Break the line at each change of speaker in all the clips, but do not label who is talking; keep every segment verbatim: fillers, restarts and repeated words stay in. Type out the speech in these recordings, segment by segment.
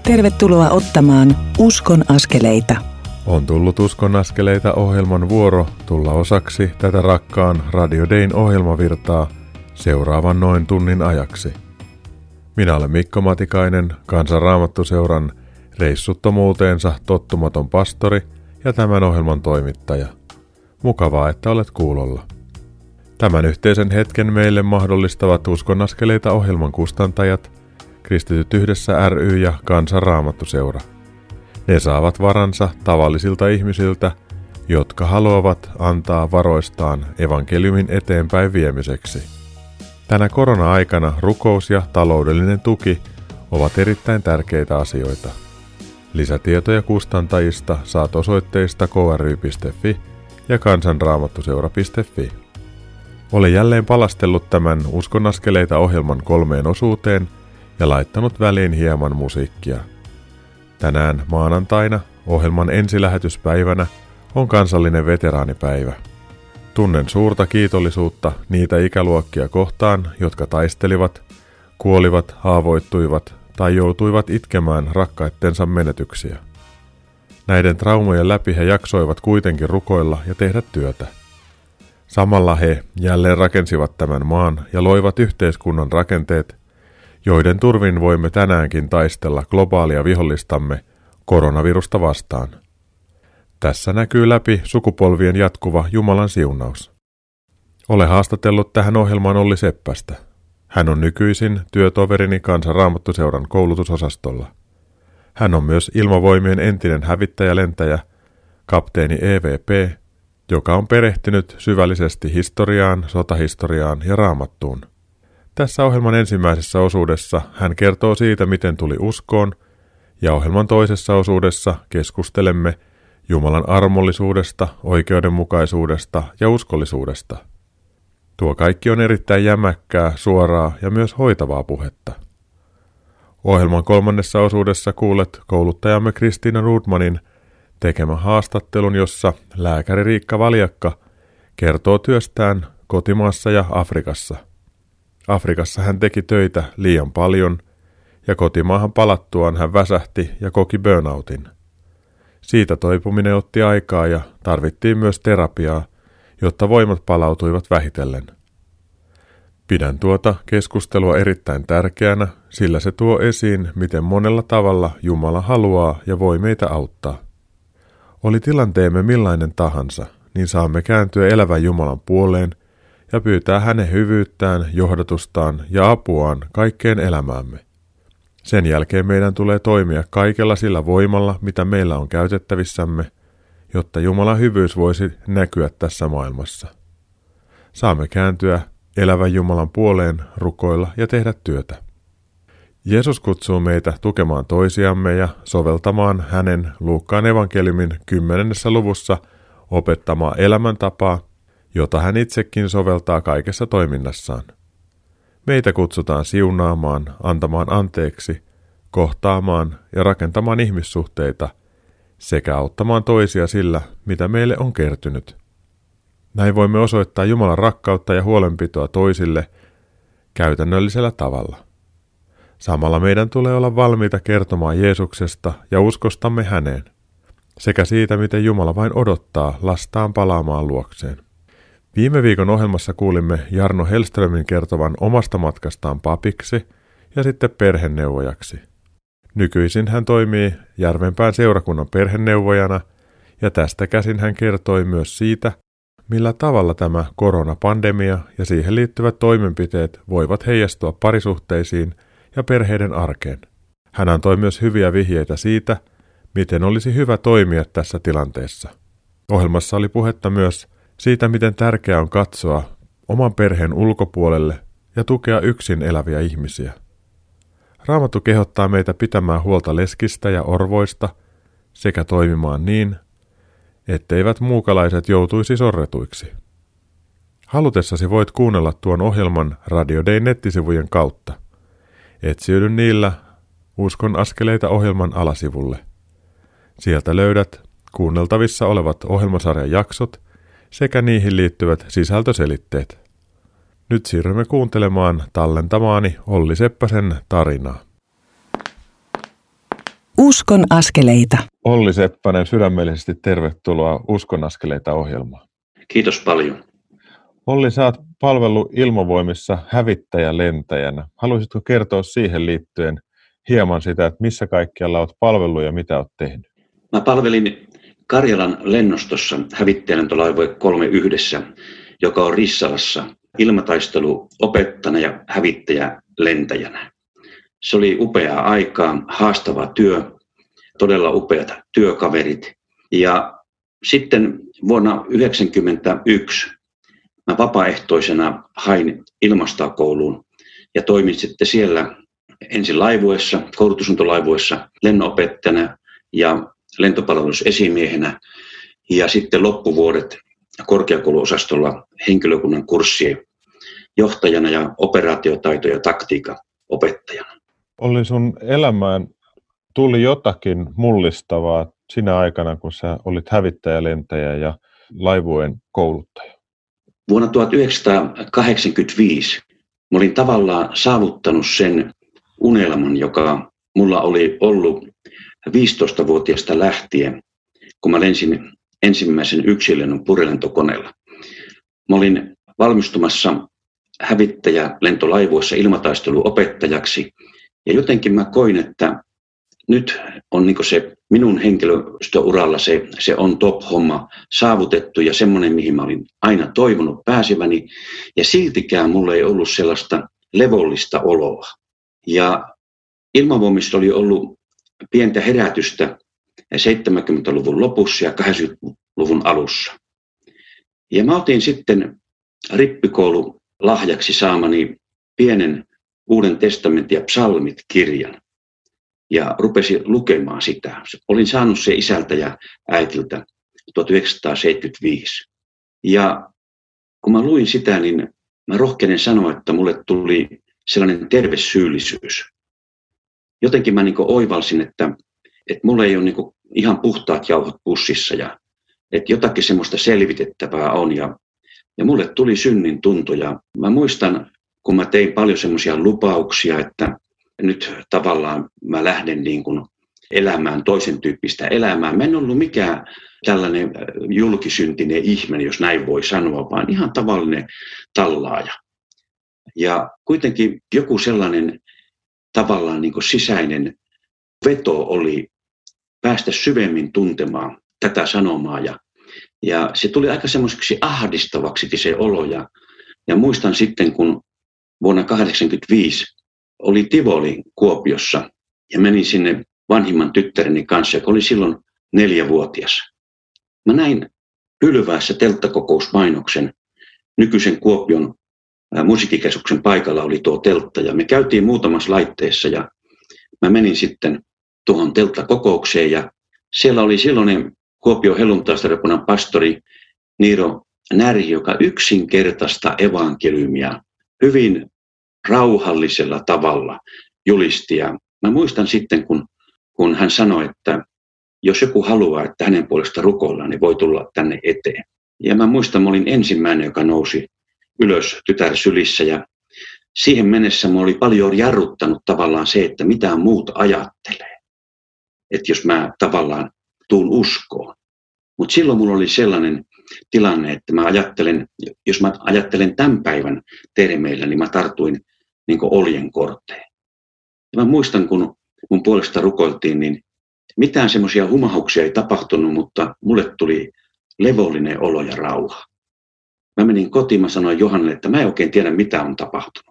Tervetuloa ottamaan Uskon askeleita.
On tullut Uskon askeleita -ohjelman vuoro tulla osaksi tätä rakkaan Radio Dayn ohjelmavirtaa seuraavan noin tunnin ajaksi. Minä olen Mikko Matikainen, Kansan Raamattuseuran reissuttomuuteensa tottumaton pastori ja tämän ohjelman toimittaja. Mukavaa, että olet kuulolla. Tämän yhteisen hetken meille mahdollistavat Uskon askeleita -ohjelman kustantajat, Kristityt yhdessä ry ja Kansan Raamattuseura. Ne saavat varansa tavallisilta ihmisiltä, jotka haluavat antaa varoistaan evankeliumin eteenpäin viemiseksi. Tänä korona-aikana rukous ja taloudellinen tuki ovat erittäin tärkeitä asioita. Lisätietoja kustantajista saat osoitteista k r y piste f i ja kansanraamattuseura piste f i. Olen jälleen palastellut tämän Uskon askeleita -ohjelman kolmeen osuuteen ja laittanut väliin hieman musiikkia. Tänään maanantaina, ohjelman ensilähetyspäivänä, on kansallinen veteraanipäivä. Tunnen suurta kiitollisuutta niitä ikäluokkia kohtaan, jotka taistelivat, kuolivat, haavoittuivat tai joutuivat itkemään rakkaittensa menetyksiä. Näiden traumojen läpi he jaksoivat kuitenkin rukoilla ja tehdä työtä. Samalla he jälleen rakensivat tämän maan ja loivat yhteiskunnan rakenteet, joiden turvin voimme tänäänkin taistella globaalia vihollistamme koronavirusta vastaan. Tässä näkyy läpi sukupolvien jatkuva Jumalan siunaus. Olen haastatellut tähän ohjelmaan Olli Seppästä. Hän on nykyisin työtoverini Kansan Raamattuseuran koulutusosastolla. Hän on myös Ilmavoimien entinen hävittäjälentäjä, kapteeni E V P, joka on perehtynyt syvällisesti historiaan, sotahistoriaan ja Raamattuun. Tässä ohjelman ensimmäisessä osuudessa hän kertoo siitä, miten tuli uskoon, ja ohjelman toisessa osuudessa keskustelemme Jumalan armollisuudesta, oikeudenmukaisuudesta ja uskollisuudesta. Tuo kaikki on erittäin jämäkkää, suoraa ja myös hoitavaa puhetta. Ohjelman kolmannessa osuudessa kuulet kouluttajamme Kristiina Rudmanin tekemän haastattelun, jossa lääkäri Riikka Valjakka kertoo työstään kotimaassa ja Afrikassa. Afrikassa hän teki töitä liian paljon, ja kotimaahan palattuaan hän väsähti ja koki burnoutin. Siitä toipuminen otti aikaa ja tarvittiin myös terapiaa, jotta voimat palautuivat vähitellen. Pidän tuota keskustelua erittäin tärkeänä, sillä se tuo esiin, miten monella tavalla Jumala haluaa ja voi meitä auttaa. Oli tilanteemme millainen tahansa, niin saamme kääntyä elävän Jumalan puoleen ja pyytää hänen hyvyyttään, johdatustaan ja apuaan kaikkeen elämäämme. Sen jälkeen meidän tulee toimia kaikella sillä voimalla, mitä meillä on käytettävissämme, jotta Jumalan hyvyys voisi näkyä tässä maailmassa. Saamme kääntyä elävän Jumalan puoleen, rukoilla ja tehdä työtä. Jeesus kutsuu meitä tukemaan toisiamme ja soveltamaan hänen Luukkaan evankeliumin kymmenennessä luvussa opettamaa elämäntapaa, jota hän itsekin soveltaa kaikessa toiminnassaan. Meitä kutsutaan siunaamaan, antamaan anteeksi, kohtaamaan ja rakentamaan ihmissuhteita sekä auttamaan toisia sillä, mitä meille on kertynyt. Näin voimme osoittaa Jumalan rakkautta ja huolenpitoa toisille käytännöllisellä tavalla. Samalla meidän tulee olla valmiita kertomaan Jeesuksesta ja uskostamme häneen, sekä siitä, miten Jumala vain odottaa lastaan palaamaan luokseen. Viime viikon ohjelmassa kuulimme Jarno Hellströmin kertovan omasta matkastaan papiksi ja sitten perheneuvojaksi. Nykyisin hän toimii Järvenpään seurakunnan perheneuvojana, ja tästä käsin hän kertoi myös siitä, millä tavalla tämä koronapandemia ja siihen liittyvät toimenpiteet voivat heijastua parisuhteisiin ja perheiden arkeen. Hän antoi myös hyviä vihjeitä siitä, miten olisi hyvä toimia tässä tilanteessa. Ohjelmassa oli puhetta myös siitä, miten tärkeää on katsoa oman perheen ulkopuolelle ja tukea yksin eläviä ihmisiä. Raamattu kehottaa meitä pitämään huolta leskistä ja orvoista sekä toimimaan niin, etteivät muukalaiset joutuisi sorretuiksi. Halutessasi voit kuunnella tuon ohjelman Radio Dayn nettisivujen kautta. Etsiydy niillä Uskon askeleita -ohjelman alasivulle. Sieltä löydät kuunneltavissa olevat ohjelmasarjan jaksot sekä niihin liittyvät sisältöselitteet. Nyt siirrymme kuuntelemaan tallentamaani Olli Seppäsen tarinaa.
Uskon askeleita.
Olli Seppänen, sydämellisesti tervetuloa Uskon askeleita -ohjelmaan.
Kiitos paljon.
Olli, sä oot palvellut Ilmavoimissa hävittäjälentäjänä. Haluaisitko kertoa siihen liittyen hieman sitä, että missä kaikkialla oot palvellut ja mitä oot tehnyt?
Mä palvelin Karjalan lennostossa hävittäjälentolaivoja kolme yhdessä, joka on Rissalassa, ilmataisteluopettajana ja hävittäjälentäjänä. Se oli upeaa aikaa, haastava työ, todella upeat työkaverit. Ja sitten vuonna yhdeksänkymmentäyksi mä vapaaehtoisena hain ilmastokouluun ja toimin sitten siellä ensin laivuessa, koulutussuunnittelulaivuessa lennonopettajana ja lentopalvelusesimiehenä ja sitten loppuvuodet korkeakouluosastolla henkilökunnan kurssien johtajana ja operaatiotaito- ja taktiikan opettajana.
Olli, sun elämään tuli jotakin mullistavaa sinä aikana, kun sä olit hävittäjälentäjä ja laivueen kouluttaja.
Vuonna tuhatyhdeksänsataakahdeksankymmentäviisi mä olin tavallaan saavuttanut sen unelman, joka mulla oli ollut viisitoistavuotiaasta lähtien, kun mä lensin ensimmäisen yksilön purjelentokoneella. Mä olin valmistumassa hävittäjälentolaivuessa ilmataisteluopettajaksi ja jotenkin mä koin, että nyt on niin se minun henkilöstöuralla se, se on top-homma saavutettu ja semmoinen, mihin mä olin aina toivonut pääseväni. Ja siltikään mulla ei ollut sellaista levollista oloa. Ja Ilmavoimissa oli ollut pientä herätystä seitsemänkymmentäluvun lopussa ja kahdeksankymmentäluvun alussa. Ja mä otin sitten rippikoulu lahjaksi saamani pienen Uuden testamentin ja psalmit-kirjan. Ja rupesin lukemaan sitä. Olin saanut se isältä ja äitiltä tuhatyhdeksänsataaseitsemänkymmentäviisi. Ja kun mä luin sitä, niin mä rohkenen sanoa, että mulle tuli sellainen terve syyllisyys. Jotenkin mä niin oivalsin, että, että mulla ei ole niin ihan puhtaat jauhot pussissa ja että jotakin semmoista selvitettävää on. Ja, ja mulle tuli synnin tunto. Ja mä muistan, kun mä tein paljon semmoisia lupauksia, että nyt tavallaan mä lähden niin kuin elämään toisen tyyppistä elämää. Mä en ollut mikään tällainen julkisyntinen ihminen, jos näin voi sanoa, vaan ihan tavallinen tallaaja. Ja kuitenkin joku sellainen tavallaan niin kuin sisäinen veto oli päästä syvemmin tuntemaan tätä sanomaa. Ja, ja se tuli aika semmoiseksi ahdistavaksi se olo. Ja, ja muistan sitten, kun vuonna tuhatyhdeksänsataakahdeksankymmentäviisi oli Tivoli Kuopiossa ja menin sinne vanhimman tyttäreni kanssa, joka oli silloin neljävuotias. Mä näin pylväässä telttakokousmainoksen. Nykyisen Kuopion musiikkikeskuksen paikalla oli tuo teltta ja me käytiin muutamassa laitteessa ja mä menin sitten tuohon telttakokoukseen ja siellä oli silloinen Kuopion helluntaiseurakunnan pastori Niiro Närhi, joka yksinkertaista evankeliumia hyvin rauhallisella tavalla julisti. Ja mä muistan sitten, kun, kun hän sanoi, että jos joku haluaa, että hänen puolesta rukoillaan, niin voi tulla tänne eteen. Ja mä muistan, mä olin ensimmäinen, joka nousi ylös tytär sylissä. Ja siihen mennessä mä oli paljon jarruttanut tavallaan se, että mitä muut ajattelee. Että jos mä tavallaan tuun uskoon. Mutta silloin mulla oli sellainen tilanne, että mä ajattelen, jos mä ajattelen tämän päivän termeillä, niin mä tartuin niin kuin oljen korteen. Ja mä muistan, kun mun puolesta rukoiltiin, niin mitään semmoisia humauksia ei tapahtunut, mutta mulle tuli levollinen olo ja rauha. Mä menin kotiin, mä sanoin Johannelle, että mä en oikein tiedä, mitä on tapahtunut.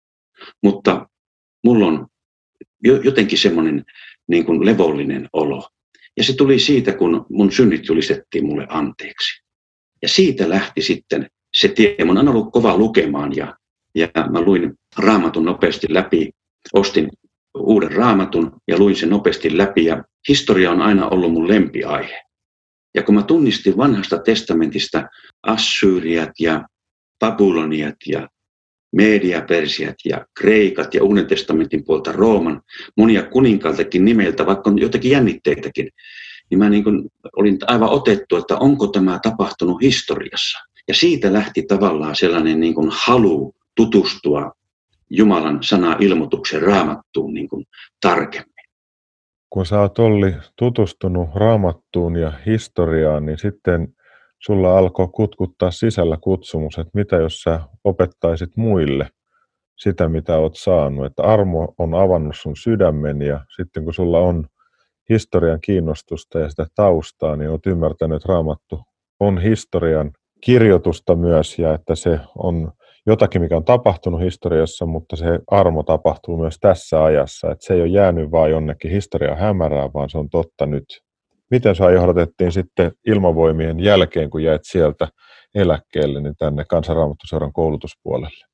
Mutta mulla on jotenkin semmoinen niin kuin levollinen olo. Ja se tuli siitä, kun mun synnit julistettiin mulle anteeksi. Ja siitä lähti sitten se tie. Mä oon ollut kova lukemaan ja, ja mä luin Raamatun nopeasti läpi. Ostin uuden Raamatun ja luin sen nopeasti läpi. Ja historia on aina ollut mun lempiaihe. Ja kun mä tunnistin vanhasta testamentista Assyriat ja Babyloniat ja Media-Persiat ja Kreikat ja Uuden testamentin puolta Rooman, monia kuninkaltakin nimeltä, vaikka on jotakin jännitteitäkin, niin mä niin kuin olin aivan otettu, että onko tämä tapahtunut historiassa. Ja siitä lähti tavallaan sellainen niin kuin halu tutustua Jumalan sana-ilmoituksen Raamattuun niin kuin tarkemmin.
kun sä oot Olli tutustunut Raamattuun ja historiaan, niin sitten sulla alkoi kutkuttaa sisällä kutsumus, että mitä jos sä opettaisit muille sitä, mitä oot saanut. Että armo on avannut sun sydämen ja sitten kun sulla on historian kiinnostusta ja sitä taustaa, niin oot ymmärtänyt, että Raamattu on historian kirjoitusta myös ja että se on jotakin, mikä on tapahtunut historiassa, mutta se armo tapahtuu myös tässä ajassa. Että se ei ole jäänyt vaan jonnekin historian hämärään, vaan se on totta nyt. Miten sua johdatettiin sitten Ilmavoimien jälkeen, kun jäit sieltä eläkkeelle, niin tänne Kansanraamattuseuran koulutuspuolelle?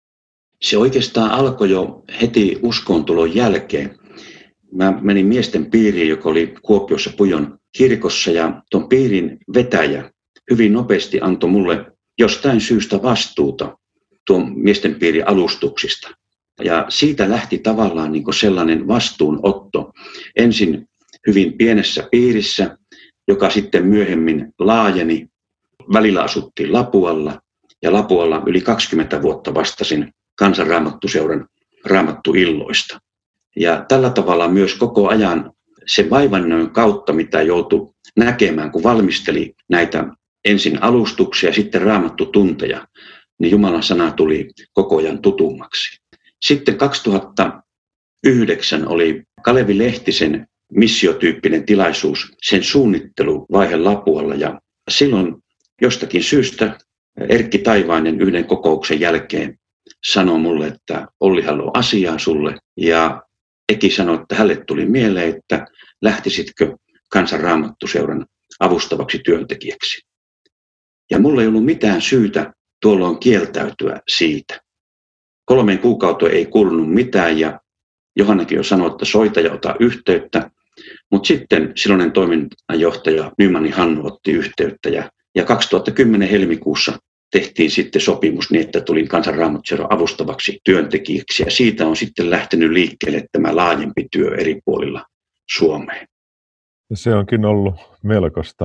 Se oikeastaan alkoi jo heti uskontulon jälkeen. Mä menin miesten piiriin, joka oli Kuopiossa Pujon kirkossa, ja tuon piirin vetäjä hyvin nopeasti antoi mulle jostain syystä vastuuta tuon miesten piirin alustuksista. Ja siitä lähti tavallaan niin kuin sellainen vastuunotto. Ensin hyvin pienessä piirissä, joka sitten myöhemmin laajeni. Välillä asuttiin Lapualla, ja Lapualla yli kaksikymmentä vuotta vastasin Kansanraamattuseuran raamattuilloista. Ja tällä tavalla myös koko ajan se vaivannon kautta, mitä joutui näkemään, kun valmisteli näitä ensin alustuksia ja sitten raamattutunteja, niin Jumalan sana tuli koko ajan tutummaksi. Sitten kaksituhattayhdeksän oli Kalevi Lehtisen missiotyyppinen tilaisuus, sen suunnitteluvaihe Lapualla, ja silloin jostakin syystä Erkki Taivainen yhden kokouksen jälkeen sanoi mulle, että Olli haluaa asiaa sulle, ja Eki sanoi, että hälle tuli mieleen, että lähtisitkö Kansanraamattuseuran avustavaksi työntekijäksi. Ja mulla ei ollut mitään syytä tuolloin kieltäytyä siitä. Kolmeen kuukauteen ei kuulunut mitään, ja Johannakin jo sanoi, että soita ja ota yhteyttä. Mutta sitten silloinen toiminnanjohtaja Nymanin Hannu otti yhteyttä, ja, ja kaksituhattakymmenen helmikuussa tehtiin sitten sopimus niin, että tulin Kansanraamattuseuran avustavaksi työntekijäksi, ja siitä on sitten lähtenyt liikkeelle tämä laajempi työ eri puolilla Suomeen.
Se onkin ollut melkoista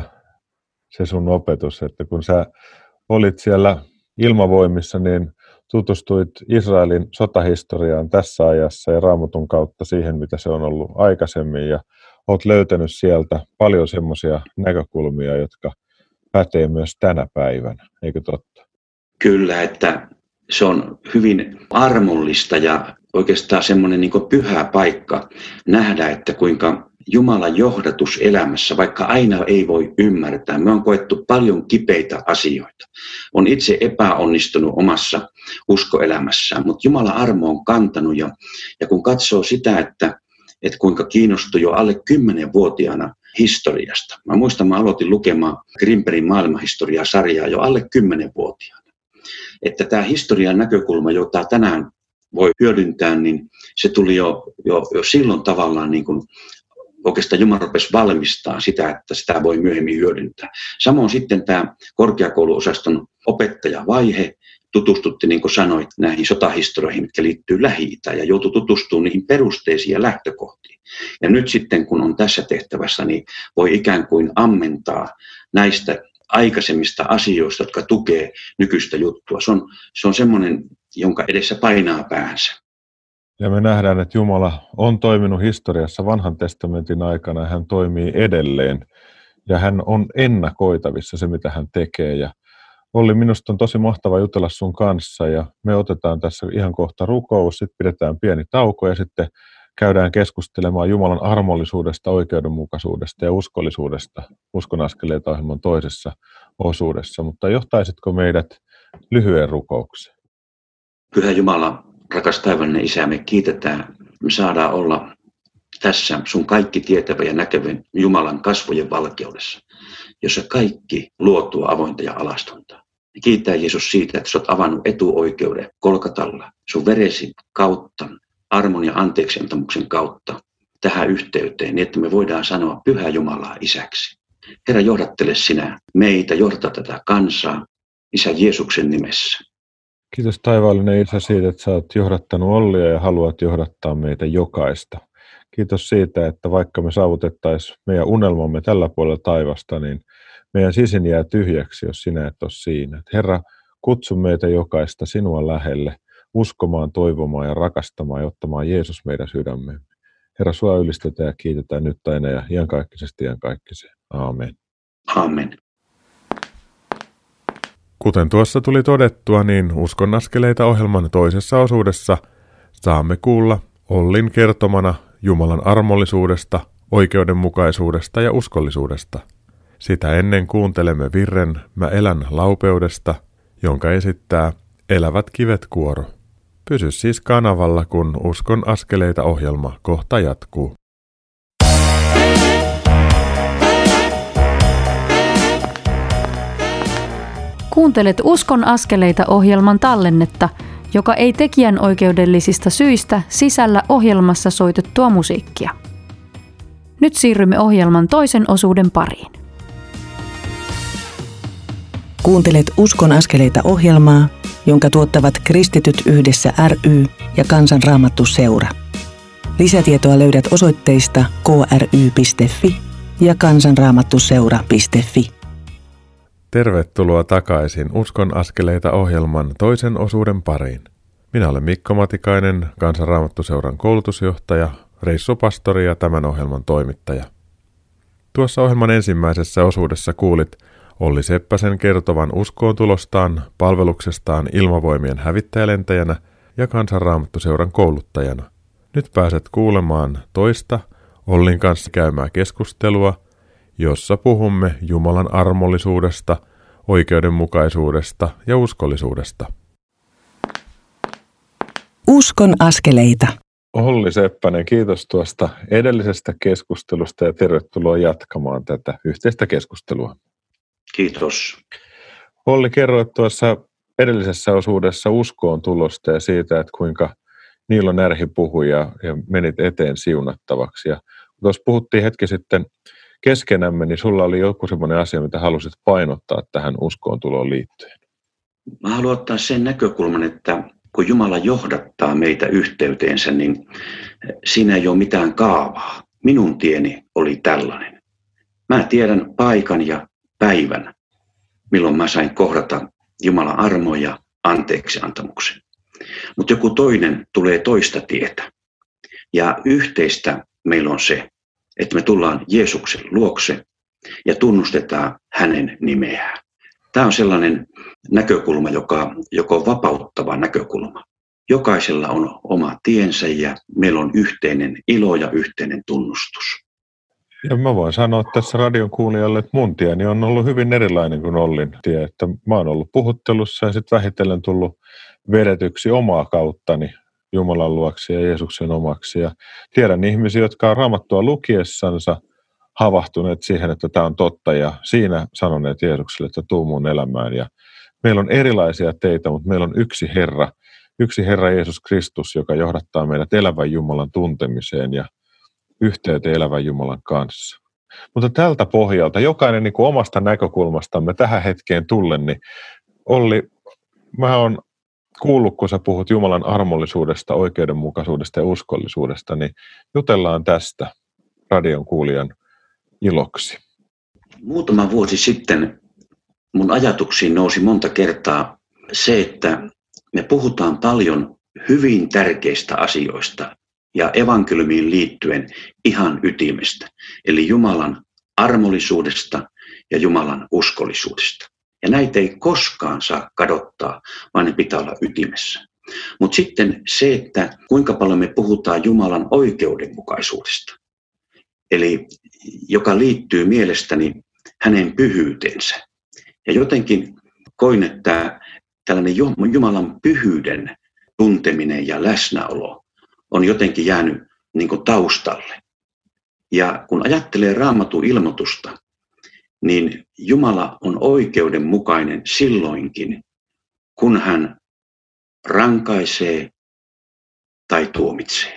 se sun opetus, että kun sä olit siellä Ilmavoimissa, niin tutustuit Israelin sotahistoriaan tässä ajassa ja Raamatun kautta siihen, mitä se on ollut aikaisemmin, ja olet löytänyt sieltä paljon semmoisia näkökulmia, jotka pätee myös tänä päivänä, eikö totta?
Kyllä, että se on hyvin armollista ja oikeastaan semmoinen niin kuin pyhä paikka nähdä, että kuinka Jumalan johdatus elämässä, vaikka aina ei voi ymmärtää. Me on koettu paljon kipeitä asioita. On itse epäonnistunut omassa uskoelämässään, mutta Jumalan armo on kantanut. Ja, ja kun katsoo sitä, että, että kuinka kiinnostui jo alle kymmenvuotiaana historiasta. Mä muistan, mä aloitin lukemaan Grimbergin maailmanhistoriasarjaa jo alle kymmenvuotiaana. Että tämä historian näkökulma, jota tänään voi hyödyntää, niin se tuli jo, jo, jo silloin tavallaan niin kuin oikeastaan Jumala rupesi valmistaa sitä, että sitä voi myöhemmin hyödyntää. Samoin sitten tämä korkeakouluosaston opettajavaihe tutustutti, niin kuin sanoit, näihin sotahistorioihin, mitkä liittyy Lähi-Itään, ja joutui tutustumaan niihin perusteisiin ja lähtökohtiin. Ja nyt sitten, kun on tässä tehtävässä, niin voi ikään kuin ammentaa näistä aikaisemmista asioista, jotka tukee nykyistä juttua. Se on, se on semmoinen, jonka edessä painaa päänsä.
Ja me nähdään, että Jumala on toiminut historiassa vanhan testamentin aikana ja hän toimii edelleen. Ja hän on ennakoitavissa se, mitä hän tekee. Ja Olli, minusta on tosi mahtava jutella sun kanssa ja me otetaan tässä ihan kohta rukous, sitten pidetään pieni tauko ja sitten käydään keskustelemaan Jumalan armollisuudesta, oikeudenmukaisuudesta ja uskollisuudesta Uskon askeleita -ohjelman toisessa osuudessa. Mutta johtaisitko meidät lyhyen rukoukseen?
Pyhä Jumala, rakas taivaallinen Isä, me kiitetään. Me saadaan olla tässä sun kaikki tietävä ja näkevä Jumalan kasvojen valkeudessa, jossa kaikki luotua avointa ja alastonta. Me kiittää Jeesus siitä, että sä oot avannut etuoikeuden Kolkatalla sun veresi kautta, armon ja anteeksiantamuksen kautta tähän yhteyteen, niin että me voidaan sanoa Pyhä Jumalaa Isäksi. Herra, johdattele sinä meitä, johdata tätä kansaa Isä Jeesuksen nimessä.
Kiitos taivaallinen Isä siitä, että sä oot johdattanut Ollia ja haluat johdattaa meitä jokaista. Kiitos siitä, että vaikka me saavutettaisiin meidän unelmamme tällä puolella taivasta, niin meidän sisin jää tyhjäksi, jos sinä et ole siinä. Herra, kutsu meitä jokaista sinua lähelle, uskomaan, toivomaan ja rakastamaan ja ottamaan Jeesus meidän sydämeen. Herra, sua ylistetään ja kiitetään nyt aina ja iankaikkisesti iankaikkiseen. Aamen.
Amen.
Kuten tuossa tuli todettua, niin Uskon askeleita -ohjelman toisessa osuudessa saamme kuulla Ollin kertomana Jumalan armollisuudesta, oikeudenmukaisuudesta ja uskollisuudesta. Sitä ennen kuuntelemme virren Mä elän laupeudesta, jonka esittää Elävät kivet -kuoro. Pysy siis kanavalla, kun Uskon askeleita -ohjelma kohta jatkuu.
Kuuntelet Uskon askeleita -ohjelman tallennetta, joka ei tekijänoikeudellisista syistä sisällä ohjelmassa soitettua musiikkia. Nyt siirrymme ohjelman toisen osuuden pariin.
Kuuntelet Uskon askeleita -ohjelmaa, jonka tuottavat Kristityt yhdessä ry ja Kansanraamattu Seura. Lisätietoa löydät osoitteista k r y piste f i ja kansanraamattuseura piste f i.
Tervetuloa takaisin Uskon askeleita -ohjelman toisen osuuden pariin. Minä olen Mikko Matikainen, Kansanraamattuseuran koulutusjohtaja, reissupastori ja tämän ohjelman toimittaja. Tuossa ohjelman ensimmäisessä osuudessa kuulit Olli Seppäsen kertovan uskoon tulostaan, palveluksestaan ilmavoimien hävittäjälentäjänä ja Kansanraamattuseuran kouluttajana. Nyt pääset kuulemaan toista Ollin kanssa käymää keskustelua, jossa puhumme Jumalan armollisuudesta, oikeudenmukaisuudesta ja uskollisuudesta.
Uskon askeleita.
Olli Seppänen, kiitos tuosta edellisestä keskustelusta ja tervetuloa jatkamaan tätä yhteistä keskustelua.
Kiitos.
Olli, kerroit tuossa edellisessä osuudessa uskoon tulosta ja siitä, että kuinka Niilo Närhi puhui ja, ja menit eteen siunattavaksi. Ja tuossa puhuttiin hetki sitten keskenämme, niin sulla oli joku semmoinen asia, mitä halusit painottaa tähän uskoon tuloon liittyen.
Mä haluan ottaa sen näkökulman, että kun Jumala johdattaa meitä yhteyteensä, niin siinä ei ole mitään kaavaa. Minun tieni oli tällainen. Mä tiedän paikan ja päivän, milloin mä sain kohdata Jumalan armon ja anteeksiantamuksen. Mutta joku toinen tulee toista tietä. Ja yhteistä meillä on se, että me tullaan Jeesuksen luokse ja tunnustetaan hänen nimeään. Tämä on sellainen näkökulma, joka, joka on vapauttava näkökulma. Jokaisella on oma tiensä ja meillä on yhteinen ilo ja yhteinen tunnustus.
Ja mä voin sanoa tässä radion kuulijalle, että mun tieni on ollut hyvin erilainen kuin Ollin tie. Että mä oon ollut puhuttelussa ja sitten vähitellen tullut vedetyksi omaa kauttani Jumalan luoksi ja Jeesuksen omaksi. Ja tiedän ihmisiä, jotka on Raamattua lukiessansa havahtuneet siihen, että tämä on totta ja siinä sanoneet Jeesukselle, että tuu mun elämään. Ja meillä on erilaisia teitä, mutta meillä on yksi Herra, yksi Herra Jeesus Kristus, joka johdattaa meidät elävän Jumalan tuntemiseen ja yhteyteen elävän Jumalan kanssa. Mutta tältä pohjalta jokainen niin kuin omasta näkökulmastamme tähän hetkeen tullen, niin Olli, mä oon kuullut, kun sä puhut Jumalan armollisuudesta, oikeudenmukaisuudesta ja uskollisuudesta, niin jutellaan tästä radion kuulijan iloksi.
Muutama vuosi sitten mun ajatuksiin nousi monta kertaa se, että me puhutaan paljon hyvin tärkeistä asioista ja evankeliumiin liittyen ihan ytimestä, eli Jumalan armollisuudesta ja Jumalan uskollisuudesta. Ja näitä ei koskaan saa kadottaa, vaan ne pitää olla ytimessä. Mutta sitten se, että kuinka paljon me puhutaan Jumalan oikeudenmukaisuudesta, eli joka liittyy mielestäni hänen pyhyytensä. Ja jotenkin koin, että tällainen Jumalan pyhyyden tunteminen ja läsnäolo on jotenkin jäänyt niin kuin taustalle. Ja kun ajattelee Raamatun ilmoitusta, niin Jumala on oikeudenmukainen silloinkin, kun hän rankaisee tai tuomitsee.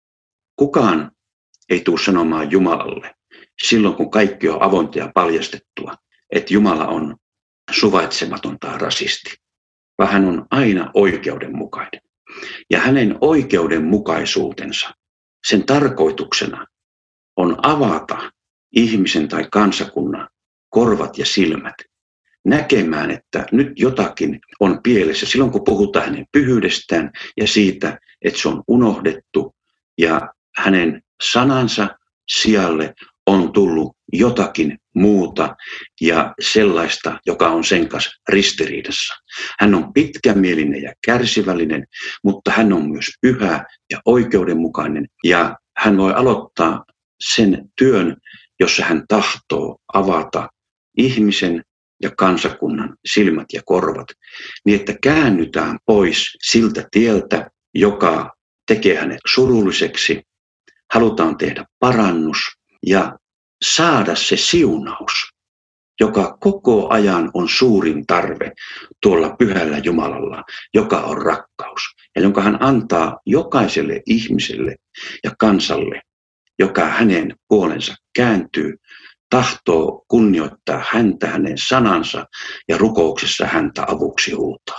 Kukaan ei tule sanomaan Jumalalle silloin, kun kaikki on avointa ja paljastettua, että Jumala on suvaitsematon tai rasisti, vaan hän on aina oikeudenmukainen. Ja hänen oikeudenmukaisuutensa, sen tarkoituksena on avata ihmisen tai kansakunnan korvat ja silmät näkemään, että nyt jotakin on pielessä silloin, kun puhutaan hänen pyhyydestään ja siitä, että se on unohdettu ja hänen sanansa sijalle on tullut jotakin muuta ja sellaista, joka on sen kanssa ristiriidassa. Hän on pitkämielinen ja kärsivällinen, mutta hän on myös pyhä ja oikeudenmukainen ja hän voi aloittaa sen työn, jossa hän tahtoo avata ihmisen ja kansakunnan silmät ja korvat, niin että käännytään pois siltä tieltä, joka tekee hänet surulliseksi, halutaan tehdä parannus ja saada se siunaus, joka koko ajan on suurin tarve tuolla pyhällä Jumalalla, joka on rakkaus ja jonka hän antaa jokaiselle ihmiselle ja kansalle, joka hänen puolensa kääntyy, tahtoo kunnioittaa häntä, hänen sanansa ja rukouksessa häntä avuksi huutaa.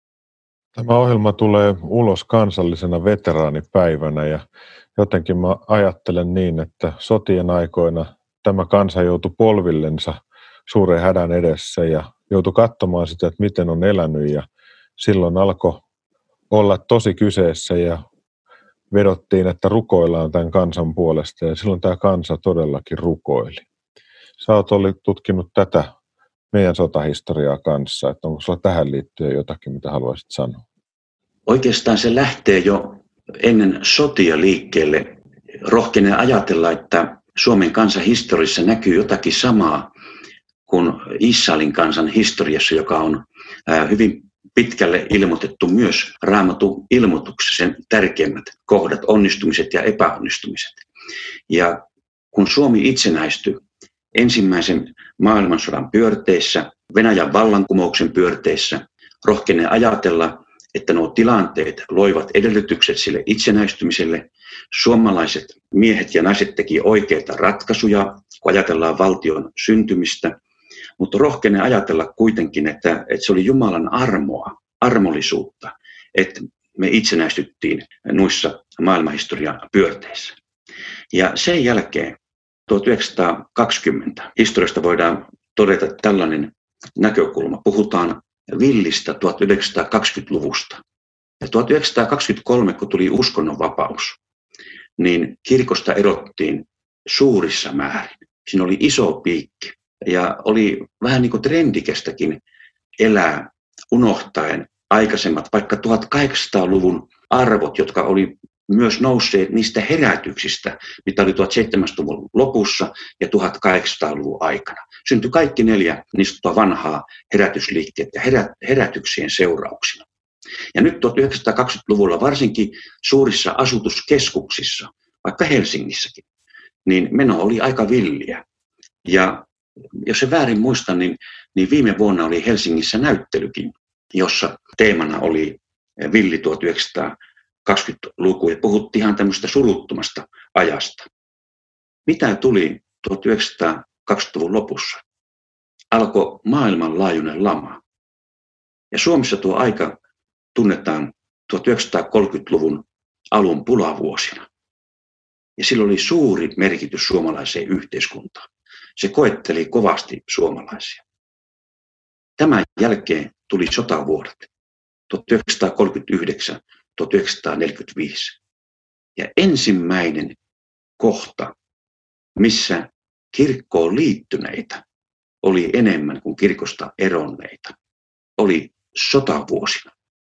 Tämä ohjelma tulee ulos kansallisena veteraanipäivänä ja jotenkin mä ajattelen niin, että sotien aikoina tämä kansa joutui polvillensa suuren hädän edessä ja joutui katsomaan sitä, että miten on elänyt ja silloin alkoi olla tosi kyseessä ja vedottiin, että rukoillaan tämän kansan puolesta ja silloin tämä kansa todellakin rukoili. Sä oot ollut tutkinut tätä meidän sotahistoriaa kanssa, että onko sulla tähän liittyen jotakin, mitä haluaisit sanoa?
Oikeastaan se lähtee jo ennen sotia liikkeelle. Rohkenen ajatella, että Suomen kansan historiassa näkyy jotakin samaa kuin Israelin kansan historiassa, joka on hyvin pitkälle ilmoitettu myös Raamatun ilmoituksessa sen tärkeimmät kohdat, onnistumiset ja epäonnistumiset. Ja kun Suomi itsenäistyi ensimmäisen maailmansodan pyörteissä, Venäjän vallankumouksen pyörteissä, rohkenen ajatella, että nuo tilanteet loivat edellytykset sille itsenäistymiselle. Suomalaiset miehet ja naiset teki oikeita ratkaisuja, kun ajatellaan valtion syntymistä, mutta rohkenen ajatella kuitenkin, että, että se oli Jumalan armoa, armollisuutta, että me itsenäistyttiin noissa maailmanhistorian pyörteissä. Ja sen jälkeen tuhatyhdeksänsataakaksikymmentä historiasta voidaan todeta tällainen näkökulma. Puhutaan villistä tuhatyhdeksänsataakaksikymmentäluvusta. Ja tuhatyhdeksänsataakaksikymmentäkolme, kun tuli uskonnonvapaus, niin kirkosta erottiin suurissa määrin. Siinä oli iso piikki ja oli vähän niin kuin trendikästäkin elää unohtaen aikaisemmat, vaikka tuhatkahdeksansataaluvun arvot, jotka oli myös nousseet niistä herätyksistä, mitä oli tuhatseitsemänsataaluvun lopussa ja tuhatkahdeksansataaluvun aikana. Syntyi kaikki neljä niistä vanhaa herätysliikkeitä herät, herätyksien seurauksena. Ja nyt tuhatyhdeksänsataakaksikymmentäluvulla varsinkin suurissa asutuskeskuksissa, vaikka Helsingissäkin, niin meno oli aika villiä. Ja jos se väärin muistan, niin, niin viime vuonna oli Helsingissä näyttelykin, jossa teemana oli villi tuhatyhdeksänsataakaksikymmentäluku ja puhuttiin ihan tämmöistä suruttomasta ajasta. Mitä tuli tuhatyhdeksänsataakaksikymmentäluvun lopussa? Alkoi maailmanlaajuinen lama. Ja Suomessa tuo aika tunnetaan tuhatyhdeksänsataakolmekymmentäluvun alun pulavuosina. Ja sillä oli suuri merkitys suomalaiseen yhteiskuntaan. Se koetteli kovasti suomalaisia. Tämän jälkeen tuli sotavuodet tuhatyhdeksänsataakolmekymmentäyhdeksän tuhatyhdeksänsataaneljäkymmentäviisi. Ja ensimmäinen kohta, missä kirkkoon liittyneitä oli enemmän kuin kirkosta eronneita, oli sotavuosina.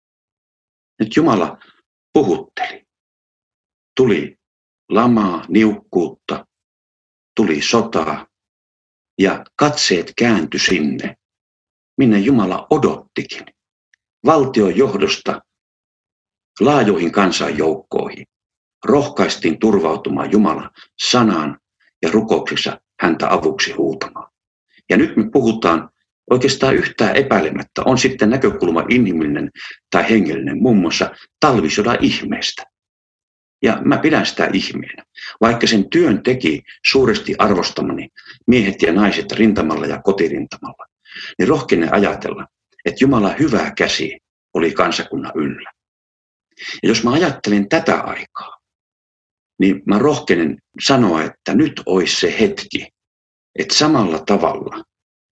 Nyt Jumala puhutteli. Tuli lamaa, niukkuutta, tuli sotaa ja katseet kääntyi sinne, minne Jumala odottikin. Valtion johdosta laajoihin kansanjoukkoihin rohkaistiin turvautumaan Jumalan sanaan ja rukouksissa häntä avuksi huutamaan. Ja nyt me puhutaan oikeastaan yhtään epäilemättä, on sitten näkökulma inhimillinen tai hengellinen, muun muassa talvisodan ihmeestä. Ja mä pidän sitä ihmeenä, vaikka sen työn teki suuresti arvostamani miehet ja naiset rintamalla ja kotirintamalla, niin rohkenen ajatella, että Jumalan hyvä käsi oli kansakunnan yllä. Ja jos mä ajattelen tätä aikaa, niin mä rohkenen sanoa, että nyt olisi se hetki, että samalla tavalla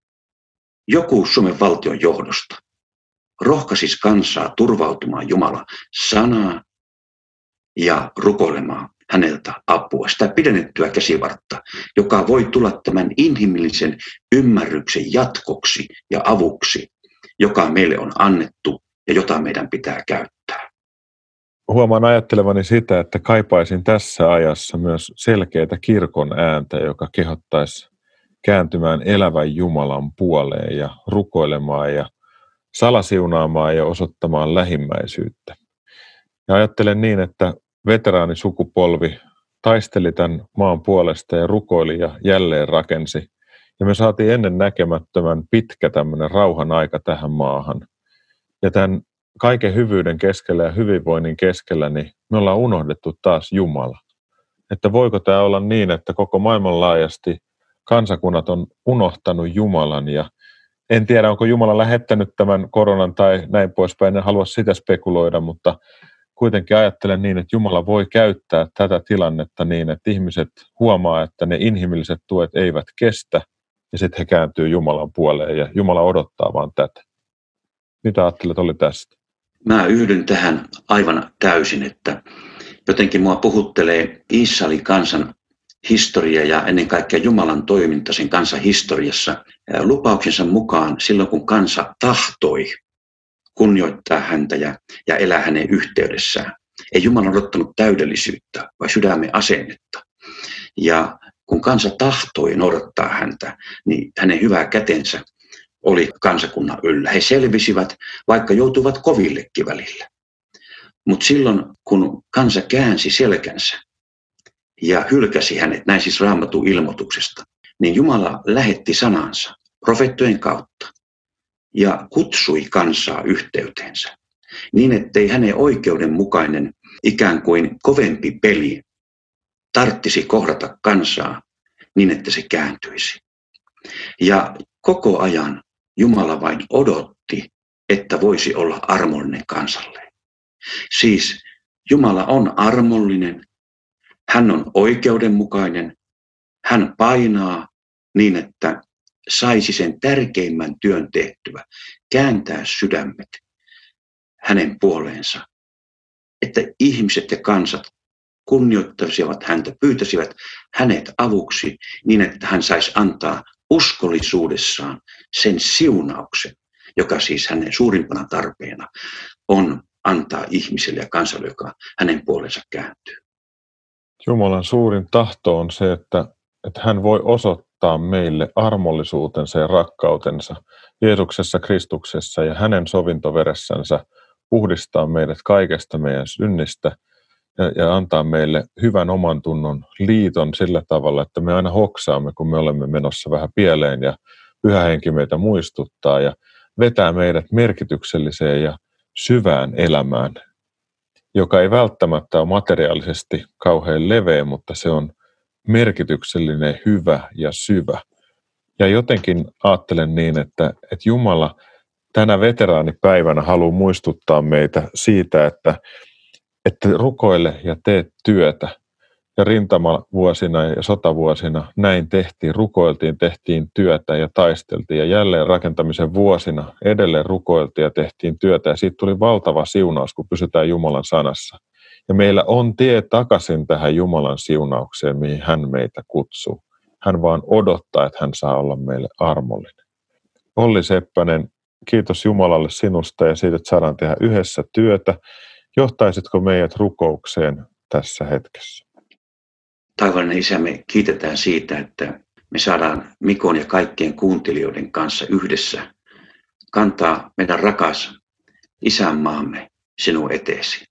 joku Suomen valtion johdosta rohkaisisi kansaa turvautumaan Jumalan sanaa ja rukoilemaan häneltä apua, sitä pidennettyä käsivartta, joka voi tulla tämän inhimillisen ymmärryksen jatkoksi ja avuksi, joka meille on annettu ja jota meidän pitää käyttää.
Huomaan ajattelevani sitä, että kaipaisin tässä ajassa myös selkeää kirkon ääntä, joka kehottaisi kääntymään elävän Jumalan puoleen ja rukoilemaan ja salasiunaamaan ja osoittamaan lähimmäisyyttä. Ja ajattelen niin, että veteraanisukupolvi taisteli tämän maan puolesta ja rukoili ja jälleen rakensi. Ja me saatiin ennen näkemättömän pitkä tämmöinen rauhan aika tähän maahan. Ja tämän kaiken hyvyyden keskellä ja hyvinvoinnin keskellä, niin me ollaan unohdettu taas Jumala. Että voiko tämä olla niin, että koko maailmanlaajasti kansakunnat on unohtanut Jumalan ja en tiedä, onko Jumala lähettänyt tämän koronan tai näin poispäin, en halua sitä spekuloida, mutta kuitenkin ajattelen niin, että Jumala voi käyttää tätä tilannetta niin, että ihmiset huomaa, että ne inhimilliset tuet eivät kestä ja sitten he kääntyy Jumalan puoleen ja Jumala odottaa vaan tätä. Mitä ajattelet oli tästä?
Mä yhdyn tähän aivan täysin, että jotenkin mua puhuttelee Israelin kansan historia ja ennen kaikkea Jumalan toiminta sen kansan historiassa lupauksensa mukaan silloin, kun kansa tahtoi kunnioittaa häntä ja, ja elää hänen yhteydessään. Ei Jumala odottanut täydellisyyttä, vai sydämen asennetta. Ja kun kansa tahtoi noudattaa häntä, niin hänen hyvä kätensä oli kansakunnan yllä. He selvisivät, vaikka joutuivat kovillekin välillä. Mutta silloin, kun kansa käänsi selkänsä ja hylkäsi hänet, näin siis Raamatun ilmoituksesta, niin Jumala lähetti sanansa profeettojen kautta ja kutsui kansaa yhteyteensä niin, ettei hänen oikeudenmukainen ikään kuin kovempi peli tarttisi kohdata kansaa niin, että se kääntyisi. Ja koko ajan Jumala vain odotti, että voisi olla armollinen kansalle. Siis Jumala on armollinen, hän on oikeudenmukainen, hän painaa niin, että saisi sen tärkeimmän työn tehtyä, kääntää sydämet hänen puoleensa, että ihmiset ja kansat kunnioittaisivat häntä, pyytäisivät hänet avuksi niin, että hän saisi antaa uskollisuudessaan sen siunauksen, joka siis hänen suurimpana tarpeena on antaa ihmiselle ja kansalle, joka hänen puolensa kääntyy.
Jumalan suurin tahto on se, että, että hän voi osoittaa meille armollisuutensa ja rakkautensa Jeesuksessa Kristuksessa ja hänen sovintoveressänsä puhdistaa meidät kaikesta meidän synnistä ja, ja antaa meille hyvän oman tunnon liiton sillä tavalla, että me aina hoksaamme, kun me olemme menossa vähän pieleen ja Pyhä Henki meitä muistuttaa ja vetää meidät merkitykselliseen ja syvään elämään, joka ei välttämättä ole materiaalisesti kauhean leveä, mutta se on merkityksellinen, hyvä ja syvä. Ja jotenkin ajattelen niin, että, että Jumala tänä veteraanipäivänä haluaa muistuttaa meitä siitä, että, että rukoile ja tee työtä. Ja rintamavuosina ja sotavuosina näin tehtiin, rukoiltiin, tehtiin työtä ja taisteltiin. Ja jälleen rakentamisen vuosina edelleen rukoiltiin ja tehtiin työtä. Ja siitä tuli valtava siunaus, kun pysytään Jumalan sanassa. Ja meillä on tie takaisin tähän Jumalan siunaukseen, mihin hän meitä kutsuu. Hän vaan odottaa, että hän saa olla meille armollinen. Olli Seppänen, kiitos Jumalalle sinusta ja siitä, että saadaan tehdä yhdessä työtä. Johtaisitko meidät rukoukseen tässä hetkessä?
Taivallinen Isä, me kiitetään siitä, että me saadaan Mikon ja kaikkien kuuntelijoiden kanssa yhdessä kantaa meidän rakas isänmaamme sinun eteesi.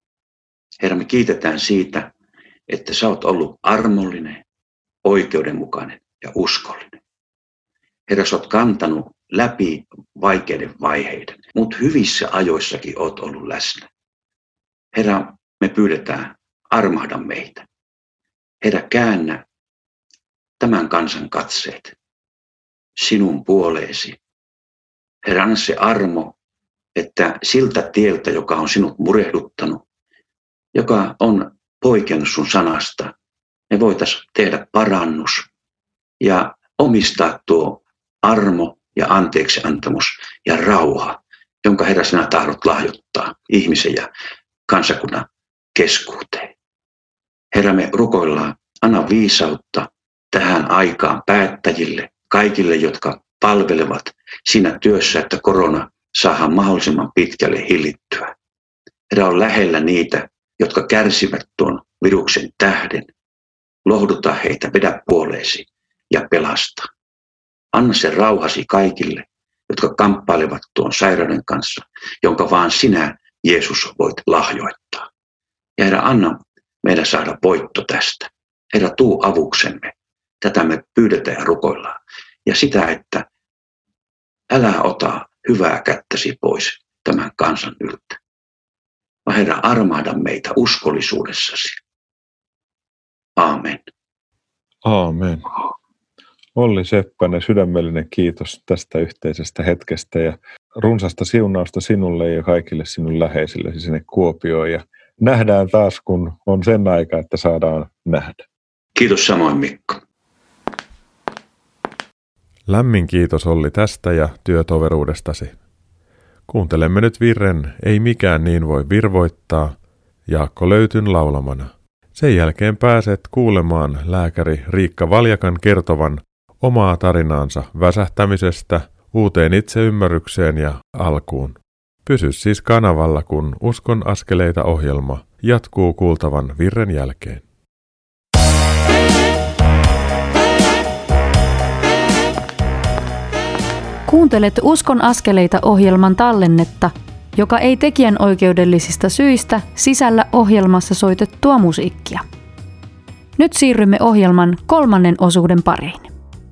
Herra, me kiitetään siitä, että sä oot ollut armollinen, oikeudenmukainen ja uskollinen. Herra, sä oot kantanut läpi vaikeiden vaiheiden, mutta hyvissä ajoissakin oot ollut läsnä. Herra, me pyydetään, armahda meitä. Herra, käännä tämän kansan katseet sinun puoleesi. Herra, anna se armo, että siltä tieltä, joka on sinut murehduttanut, joka on poikennut sun sanasta, me voitaisiin tehdä parannus ja omistaa tuo armo ja anteeksiantamus ja rauha, jonka Herra sinä tahdot lahjoittaa ihmisen ja kansakunnan keskuuteen. Herra, me rukoillaan, anna viisautta tähän aikaan päättäjille, kaikille, jotka palvelevat siinä työssä, että korona saadaan mahdollisimman pitkälle hillittyä. Herra, on lähellä niitä, jotka kärsivät tuon viruksen tähden. Lohduta heitä, vedä puoleesi ja pelasta. Anna se rauhasi kaikille, jotka kamppailevat tuon sairauden kanssa, jonka vaan sinä, Jeesus, voit lahjoittaa. Ja Herra, anna meidän saada voitto tästä. Herra, tuu avuksemme. Tätä me pyydetään ja rukoillaan. Ja sitä, että älä ota hyvää kättäsi pois tämän kansan yltä. Vaan Herra, armahda meitä uskollisuudessasi. Aamen.
Aamen. Olli Seppänen, sydämellinen kiitos tästä yhteisestä hetkestä ja runsasta siunausta sinulle ja kaikille sinun läheisillesi sinne Kuopioon. Ja nähdään taas, kun on sen aika, että saadaan nähdä.
Kiitos samoin, Mikko.
Lämmin kiitos Olli tästä ja työtoveruudestasi. Kuuntelemme nyt virren Ei mikään niin voi virvoittaa Jaakko Löytyn laulamana. Sen jälkeen pääset kuulemaan lääkäri Riikka Valjakan kertovan omaa tarinaansa väsähtämisestä uuteen itseymmärrykseen ja alkuun. Pysy siis kanavalla, kun Uskon askeleita -ohjelma jatkuu kuultavan virren jälkeen.
Kuuntelet Uskon askeleita -ohjelman tallennetta, joka ei tekijänoikeudellisista syistä sisällä ohjelmassa soitettua musiikkia. Nyt siirrymme ohjelman kolmannen osuuden pariin.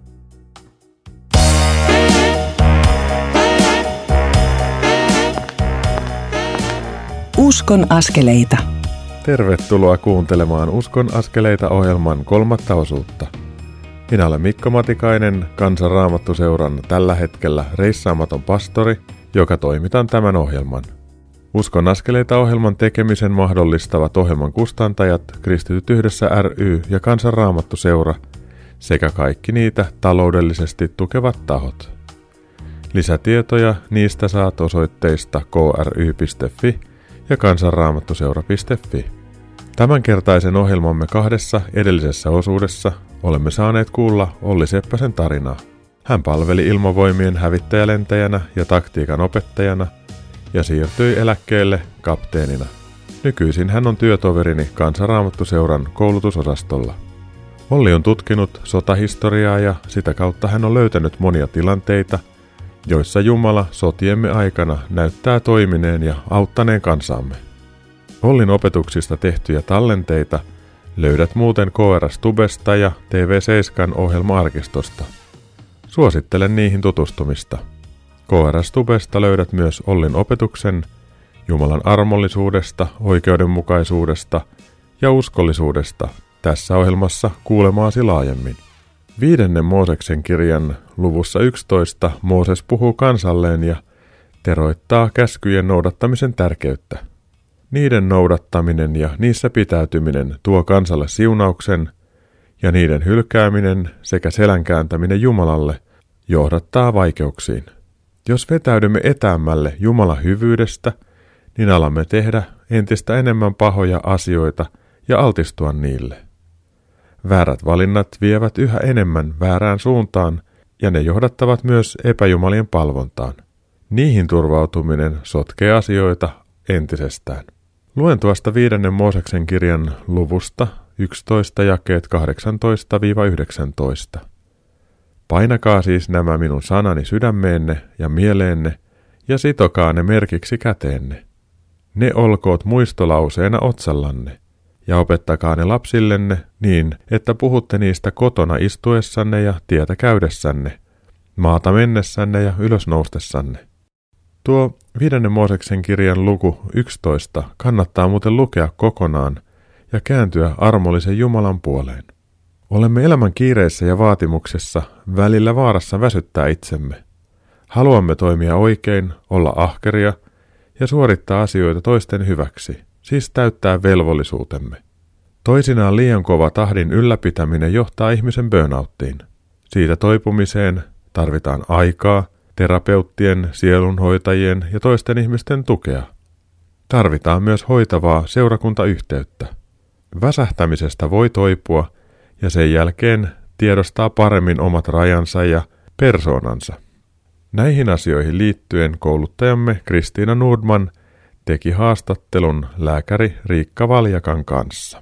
Uskon askeleita.
Tervetuloa kuuntelemaan Uskon askeleita -ohjelman kolmatta osuutta. Minä olen Mikko Matikainen, Kansan Raamattuseuran tällä hetkellä reissaamaton pastori, joka toimitan tämän ohjelman. Uskon askeleita -ohjelman tekemisen mahdollistavat ohjelman kustantajat, Kristityt yhdessä ry ja Kansan Raamattuseura sekä kaikki niitä taloudellisesti tukevat tahot. Lisätietoja niistä saat osoitteista k r y piste f i ja kansanraamattuseura piste f i. Tämänkertaisen ohjelmamme kahdessa edellisessä osuudessa olemme saaneet kuulla Olli Seppäsen tarinaa. Hän palveli ilmavoimien hävittäjälentäjänä ja taktiikan opettajana ja siirtyi eläkkeelle kapteenina. Nykyisin hän on työtoverini Kansan Raamattuseuran koulutusosastolla. Olli on tutkinut sotahistoriaa ja sitä kautta hän on löytänyt monia tilanteita, joissa Jumala sotiemme aikana näyttää toimineen ja auttaneen kansaamme. Ollin opetuksista tehtyjä tallenteita löydät muuten K R S-tubesta ja T V seitsemän ohjelma-arkistosta. Suosittelen niihin tutustumista. K R S-tubesta löydät myös Ollin opetuksen Jumalan armollisuudesta, oikeudenmukaisuudesta ja uskollisuudesta tässä ohjelmassa kuulemaasi laajemmin. Viidennen Mooseksen kirjan luvussa yksitoista Mooses puhuu kansalleen ja teroittaa käskyjen noudattamisen tärkeyttä. Niiden noudattaminen ja niissä pitäytyminen tuo kansalle siunauksen, ja niiden hylkääminen sekä selän kääntäminen Jumalalle johdattaa vaikeuksiin. Jos vetäydymme etäämmälle Jumalan hyvyydestä, niin alamme tehdä entistä enemmän pahoja asioita ja altistua niille. Väärät valinnat vievät yhä enemmän väärään suuntaan, ja ne johdattavat myös epäjumalien palvontaan. Niihin turvautuminen sotkee asioita entisestään. Luen tuosta viidennen Mooseksen kirjan luvusta yksitoista jakeet kahdeksantoista yhdeksäntoista. Painakaa siis nämä minun sanani sydämeenne ja mieleenne, ja sitokaa ne merkiksi käteenne. Ne olkoot muistolauseena otsallanne, ja opettakaa ne lapsillenne niin, että puhutte niistä kotona istuessanne ja tietä käydessänne, maata mennessänne ja ylösnoustessanne. Tuo viidennen Mooseksen kirjan luku yksitoista kannattaa muuten lukea kokonaan ja kääntyä armollisen Jumalan puoleen. Olemme elämän kiireissä ja vaatimuksessa välillä vaarassa väsyttää itsemme. Haluamme toimia oikein, olla ahkeria ja suorittaa asioita toisten hyväksi, siis täyttää velvollisuutemme. Toisinaan liian kova tahdin ylläpitäminen johtaa ihmisen burnouttiin. Siitä toipumiseen tarvitaan aikaa, terapeuttien, sielunhoitajien ja toisten ihmisten tukea. Tarvitaan myös hoitavaa seurakuntayhteyttä. Väsähtämisestä voi toipua ja sen jälkeen tiedostaa paremmin omat rajansa ja persoonansa. Näihin asioihin liittyen kouluttajamme Kristiina Nordman teki haastattelun lääkäri Riikka Valjakan kanssa.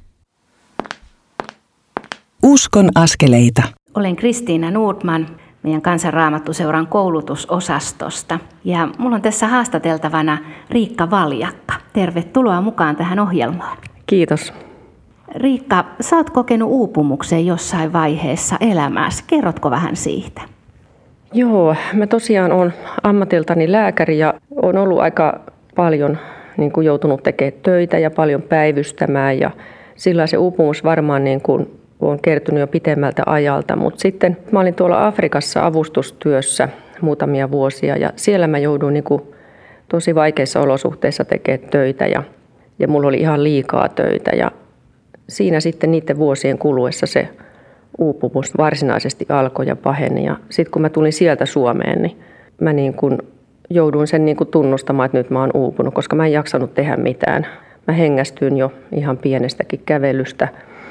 Uskon askeleita.
Olen Kristiina Nordman meidän Kansanraamattuseuran koulutusosastosta ja mulla on tässä haastateltavana Riikka Valjakka. Tervetuloa mukaan tähän ohjelmaan.
Kiitos.
Riikka, sä oot kokenut uupumuksen jossain vaiheessa elämässä. Kerrotko vähän siitä?
Joo, mä tosiaan olen ammatiltani lääkäri ja olen ollut aika paljon niin kuin joutunut tekemään töitä ja paljon päivystämään ja sillä se uupumus varmaan niin kuin on kertynyt jo pitemmältä ajalta, mutta sitten mä olin tuolla Afrikassa avustustyössä muutamia vuosia ja siellä mä jouduin niin kuin tosi vaikeissa olosuhteissa tekemään töitä ja, ja mulla oli ihan liikaa töitä ja siinä sitten niiden vuosien kuluessa se uupumus varsinaisesti alkoi ja paheni ja sitten kun mä tulin sieltä Suomeen, niin mä niin kuin jouduin sen niin kuin tunnustamaan, että nyt mä oon uupunut, koska mä en jaksanut tehdä mitään. Mä hengästyin jo ihan pienestäkin kävelystä.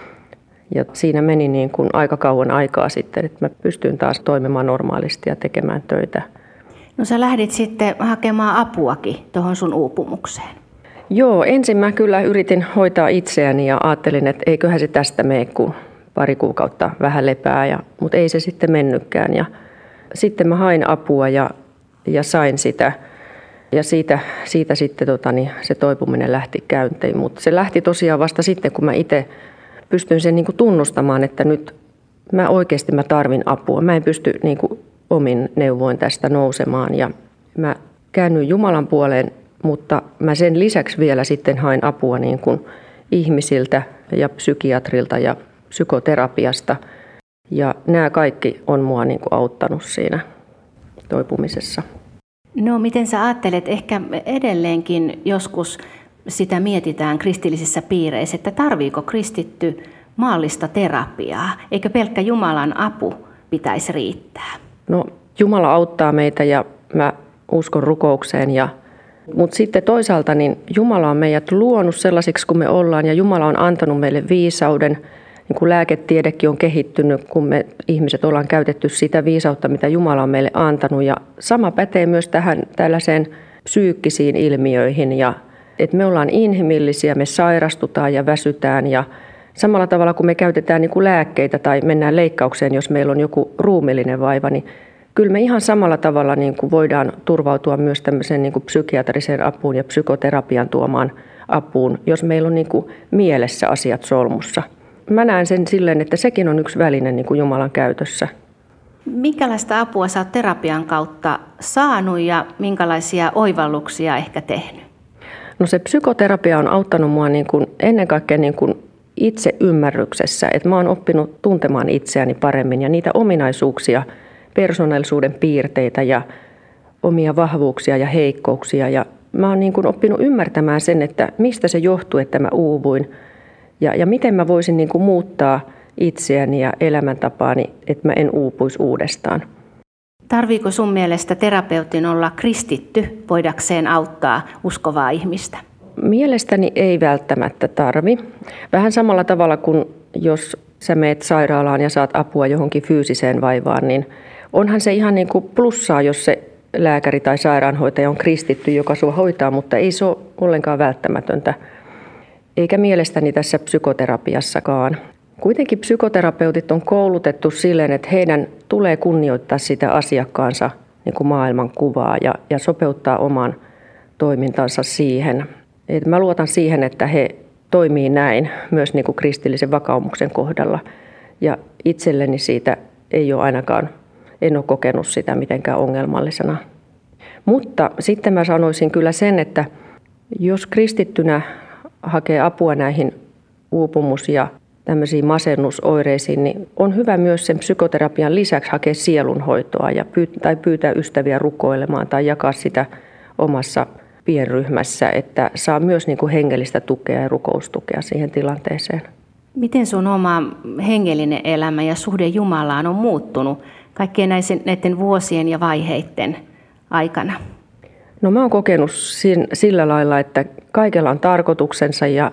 Ja siinä meni niin kuin aika kauan aikaa sitten, että mä pystyin taas toimimaan normaalisti ja tekemään töitä.
No sä lähdit sitten hakemaan apuakin tuohon sun uupumukseen.
Joo, ensin mä kyllä yritin hoitaa itseäni ja ajattelin, että eiköhän se tästä mene, kun pari kuukautta vähän lepää, ja, mutta ei se sitten mennytkään. Ja sitten mä hain apua ja, ja sain sitä. Ja siitä, siitä sitten tota, niin se toipuminen lähti käyntiin, mutta se lähti tosiaan vasta sitten, kun mä itse pystyn sen niin kuin tunnustamaan, että nyt mä oikeasti mä tarvin apua. Mä en pysty niin kuin omin neuvoin tästä nousemaan ja mä käännyin Jumalan puoleen, mutta mä sen lisäksi vielä sitten hain apua niin kuin ihmisiltä ja psykiatrilta ja psykoterapiasta. Ja nämä kaikki on mua niin kuin auttanut siinä toipumisessa.
No miten sä ajattelet, ehkä edelleenkin joskus sitä mietitään kristillisissä piireissä, että tarviiko kristitty maallista terapiaa? Eikö pelkkä Jumalan apu pitäisi riittää?
No Jumala auttaa meitä ja mä uskon rukoukseen. Ja, mutta sitten toisaalta niin Jumala on meidät luonut sellaisiksi kuin me ollaan ja Jumala on antanut meille viisauden. Niin kuin lääketiedekin on kehittynyt, kun me ihmiset ollaan käytetty sitä viisautta, mitä Jumala on meille antanut. Ja sama pätee myös tähän tällaiseen psyykkisiin ilmiöihin ja että me ollaan inhimillisiä, me sairastutaan ja väsytään ja samalla tavalla kun me käytetään niin kuin lääkkeitä tai mennään leikkaukseen, jos meillä on joku ruumiillinen vaiva, niin kyllä me ihan samalla tavalla niin kuin voidaan turvautua myös tämmöiseen niin kuin psykiatriseen apuun ja psykoterapian tuomaan apuun, jos meillä on niin kuin mielessä asiat solmussa. Mä näen sen silleen, että sekin on yksi väline niin kuin Jumalan käytössä.
Minkälaista apua sä oot terapian kautta saanut ja minkälaisia oivalluksia ehkä tehnyt?
No se psykoterapia on auttanut mua niin kuin ennen kaikkea niin kuin itse ymmärryksessä, että mä oon oppinut tuntemaan itseäni paremmin ja niitä ominaisuuksia, persoonallisuuden piirteitä ja omia vahvuuksia ja heikkouksia. Ja mä oon niin kuin oppinut ymmärtämään sen, että mistä se johtuu, että mä uuvuin ja, ja miten mä voisin niin kuin muuttaa itseäni ja elämäntapaani, että mä en uupuisi uudestaan.
Tarviiko sun mielestä terapeutin olla kristitty voidakseen auttaa uskovaa ihmistä?
Mielestäni ei välttämättä tarvi. Vähän samalla tavalla kuin jos sä meet sairaalaan ja saat apua johonkin fyysiseen vaivaan, niin onhan se ihan niin kuin plussaa, jos se lääkäri tai sairaanhoitaja on kristitty, joka sua hoitaa, mutta ei se ole ollenkaan välttämätöntä. Eikä mielestäni tässä psykoterapiassakaan. Kuitenkin psykoterapeutit on koulutettu silleen, että heidän tulee kunnioittaa sitä asiakkaansa niin kuin maailmankuvaa ja, ja sopeuttaa oman toimintansa siihen. Et mä luotan siihen, että he toimii näin myös niin kuin kristillisen vakaumuksen kohdalla. Ja itselleni siitä ei ole ainakaan, en ole kokenut sitä mitenkään ongelmallisena. Mutta sitten mä sanoisin kyllä sen, että jos kristittynä hakee apua näihin uupumus- ja tämmöisiin masennusoireisiin, niin on hyvä myös sen psykoterapian lisäksi hakea sielunhoitoa ja pyytää, tai pyytää ystäviä rukoilemaan tai jakaa sitä omassa pienryhmässä, että saa myös niin kuin hengellistä tukea ja rukoustukea siihen tilanteeseen.
Miten sun oma hengellinen elämä ja suhde Jumalaan on muuttunut kaikkien näiden vuosien ja vaiheiden aikana?
No mä oon kokenut sillä lailla, että kaikella on tarkoituksensa ja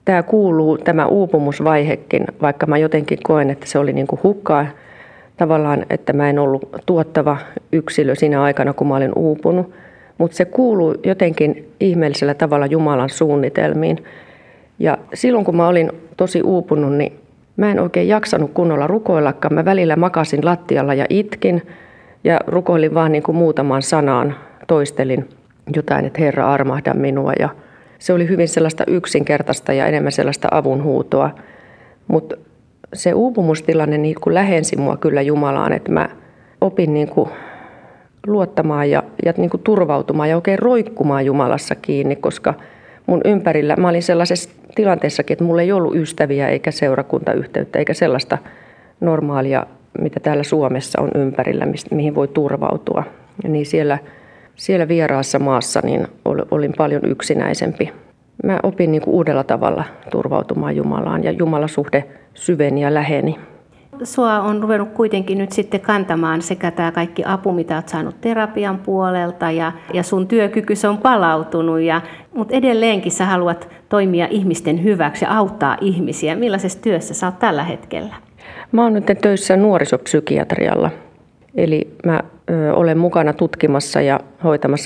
tämä kuuluu, tämä uupumusvaihekin, vaikka mä jotenkin koen, että se oli niin kuin hukkaa. Tavallaan, että mä en ollut tuottava yksilö siinä aikana, kun mä olin uupunut. Mutta se kuuluu jotenkin ihmeellisellä tavalla Jumalan suunnitelmiin. Ja silloin, kun mä olin tosi uupunut, niin mä en oikein jaksanut kunnolla rukoillakaan. Mä välillä makasin lattialla ja itkin ja rukoilin vaan niin kuin muutaman sanaan. Toistelin jotain, että Herra armahda minua. Ja se oli hyvin sellaista yksinkertaista ja enemmän sellaista avunhuutoa. Mutta se uupumustilanne niin kuin lähensi mua kyllä Jumalaan, että mä opin niin kuin luottamaan ja, ja niin kuin turvautumaan ja oikein roikkumaan Jumalassa kiinni, koska mun ympärillä mä olin sellaisessa tilanteessakin, että mulla ei ollut ystäviä eikä seurakuntayhteyttä eikä sellaista normaalia, mitä täällä Suomessa on ympärillä, mihin voi turvautua. Ja niin siellä, siellä vieraassa maassa niin olin paljon yksinäisempi. Mä opin niin kuin uudella tavalla turvautumaan Jumalaan ja Jumalasuhde syveni ja läheni.
Sua on ruvennut kuitenkin nyt sitten kantamaan sekä tämä kaikki apu, mitä olet saanut terapian puolelta ja, ja sun työkyky on palautunut. Ja, mutta edelleenkin sä haluat toimia ihmisten hyväksi ja auttaa ihmisiä. Millaisessa työssä sä oot tällä hetkellä?
Mä oon nyt töissä nuorisopsykiatrialla. Eli mä ö, olen mukana tutkimassa ja hoitamassa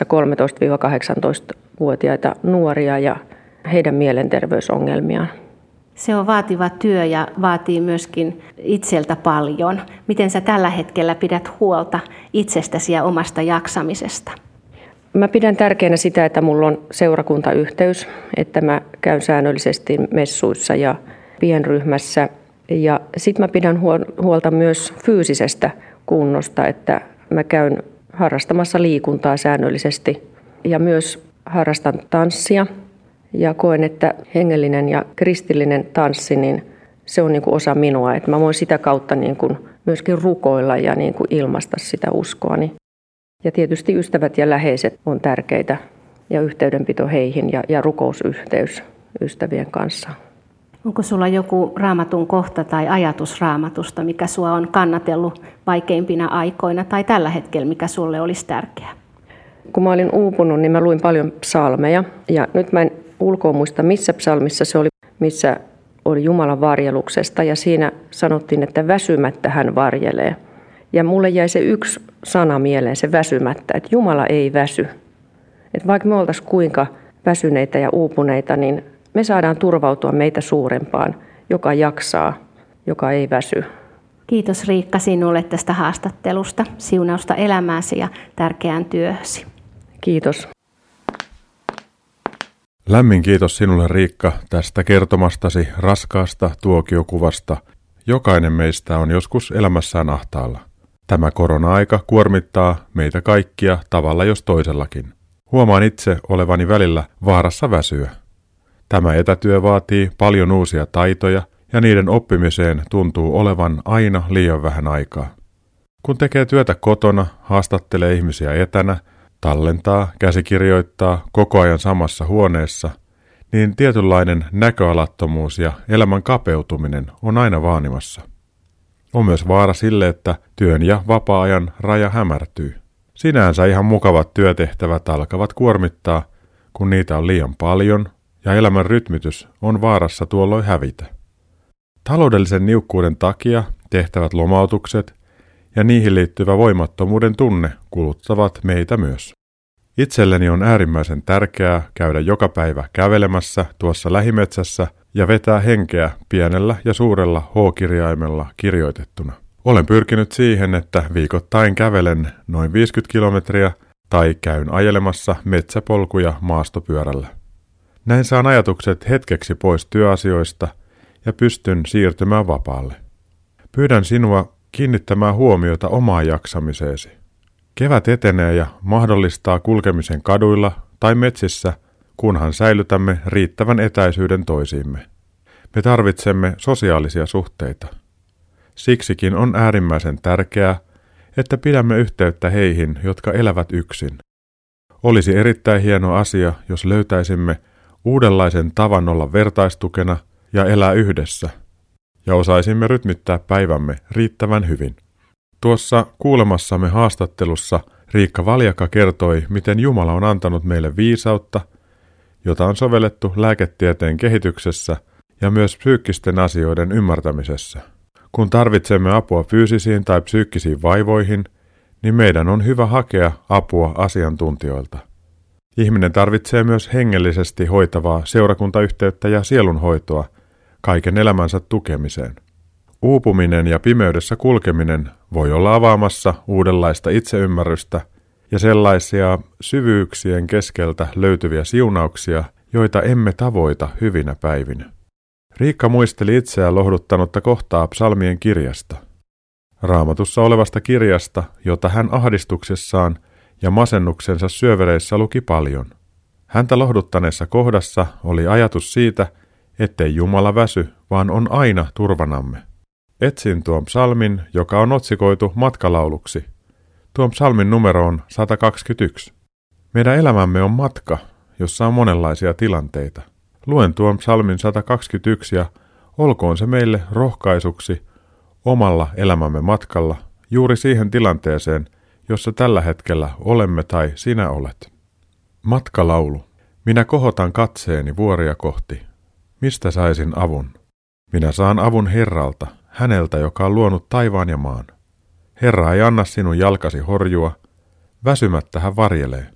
kolmetoista–kahdeksantoista-vuotiaita nuoria ja heidän mielenterveysongelmiaan.
Se on vaativa työ ja vaatii myöskin itseltä paljon. Miten sä tällä hetkellä pidät huolta itsestäsi ja omasta jaksamisesta?
Mä pidän tärkeänä sitä, että mulla on seurakuntayhteys, että mä käyn säännöllisesti messuissa ja pienryhmässä. Ja sit mä pidän huolta myös fyysisestä kunnosta, että mä käyn harrastamassa liikuntaa säännöllisesti ja myös harrastan tanssia. Ja koen, että hengellinen ja kristillinen tanssi, niin se on niin kuin osa minua. Että mä voin sitä kautta niin kuin myöskin rukoilla ja niin kuin ilmaista sitä uskoani. Ja tietysti ystävät ja läheiset on tärkeitä ja yhteydenpito heihin ja, ja rukousyhteys ystävien kanssa.
Onko sulla joku raamatun kohta tai ajatus raamatusta, mikä sua on kannatellut vaikeimpina aikoina tai tällä hetkellä, mikä sulle olisi tärkeää?
Kun mä olin uupunut, niin mä luin paljon psalmeja ja nyt mä en ulkoa muista, missä psalmissa se oli, missä oli Jumalan varjeluksesta ja siinä sanottiin, että väsymättä hän varjelee. Ja mulle jäi se yksi sana mieleen, se väsymättä, että Jumala ei väsy. Että vaikka me oltaisiin kuinka väsyneitä ja uupuneita, niin me saadaan turvautua meitä suurempaan, joka jaksaa, joka ei väsy.
Kiitos Riikka sinulle tästä haastattelusta, siunausta elämääsi ja tärkeään työhösi.
Kiitos.
Lämmin kiitos sinulle Riikka tästä kertomastasi raskaasta tuokiokuvasta. Jokainen meistä on joskus elämässään ahtaalla. Tämä korona-aika kuormittaa meitä kaikkia tavalla jos toisellakin. Huomaan itse olevani välillä vaarassa väsyä. Tämä etätyö vaatii paljon uusia taitoja ja niiden oppimiseen tuntuu olevan aina liian vähän aikaa. Kun tekee työtä kotona, haastattelee ihmisiä etänä, tallentaa, käsikirjoittaa koko ajan samassa huoneessa, niin tietynlainen näköalattomuus ja elämän kapeutuminen on aina vaanimassa. On myös vaara sille, että työn ja vapaa-ajan raja hämärtyy. Sinänsä ihan mukavat työtehtävät alkavat kuormittaa, kun niitä on liian paljon ja elämän rytmitys on vaarassa tuolloin hävitä. Taloudellisen niukkuuden takia tehtävät lomautukset ja niihin liittyvä voimattomuuden tunne kuluttavat meitä myös. Itselleni on äärimmäisen tärkeää käydä joka päivä kävelemässä tuossa lähimetsässä ja vetää henkeä pienellä ja suurella H-kirjaimella kirjoitettuna. Olen pyrkinyt siihen, että viikoittain kävelen noin viisikymmentä kilometriä tai käyn ajelemassa metsäpolkuja maastopyörällä. Näin saan ajatukset hetkeksi pois työasioista ja pystyn siirtymään vapaalle. Pyydän sinua kiinnittämään huomiota omaan jaksamiseesi. Kevät etenee ja mahdollistaa kulkemisen kaduilla tai metsissä, kunhan säilytämme riittävän etäisyyden toisiimme. Me tarvitsemme sosiaalisia suhteita. Siksikin on äärimmäisen tärkeää, että pidämme yhteyttä heihin, jotka elävät yksin. Olisi erittäin hieno asia, jos löytäisimme uudenlaisen tavan olla vertaistukena ja elää yhdessä, ja osaisimme rytmittää päivämme riittävän hyvin. Tuossa kuulemassamme haastattelussa Riikka Valjaka kertoi, miten Jumala on antanut meille viisautta, jota on sovellettu lääketieteen kehityksessä ja myös psyykkisten asioiden ymmärtämisessä. Kun tarvitsemme apua fyysisiin tai psyykkisiin vaivoihin, niin meidän on hyvä hakea apua asiantuntijoilta. Ihminen tarvitsee myös hengellisesti hoitavaa seurakuntayhteyttä ja sielunhoitoa kaiken elämänsä tukemiseen. Uupuminen ja pimeydessä kulkeminen voi olla avaamassa uudenlaista itseymmärrystä ja sellaisia syvyyksien keskeltä löytyviä siunauksia, joita emme tavoita hyvinä päivinä. Riikka muisteli itseään lohduttanutta kohtaa psalmien kirjasta. Raamatussa olevasta kirjasta, jota hän ahdistuksessaan ja masennuksensa syövereissä luki paljon. Häntä lohduttaneessa kohdassa oli ajatus siitä, ettei Jumala väsy, vaan on aina turvanamme. Etsin tuon psalmin, joka on otsikoitu matkalauluksi. Tuon psalmin numero on sata kaksikymmentäyksi. Meidän elämämme on matka, jossa on monenlaisia tilanteita. Luen tuon psalmin sata kaksikymmentäyksi ja olkoon se meille rohkaisuksi omalla elämämme matkalla juuri siihen tilanteeseen, jossa tällä hetkellä olemme tai sinä olet. Matkalaulu. Minä kohotan katseeni vuoria kohti. Mistä saisin avun? Minä saan avun Herralta, häneltä, joka on luonut taivaan ja maan. Herra ei anna sinun jalkasi horjua, väsymättä hän varjelee.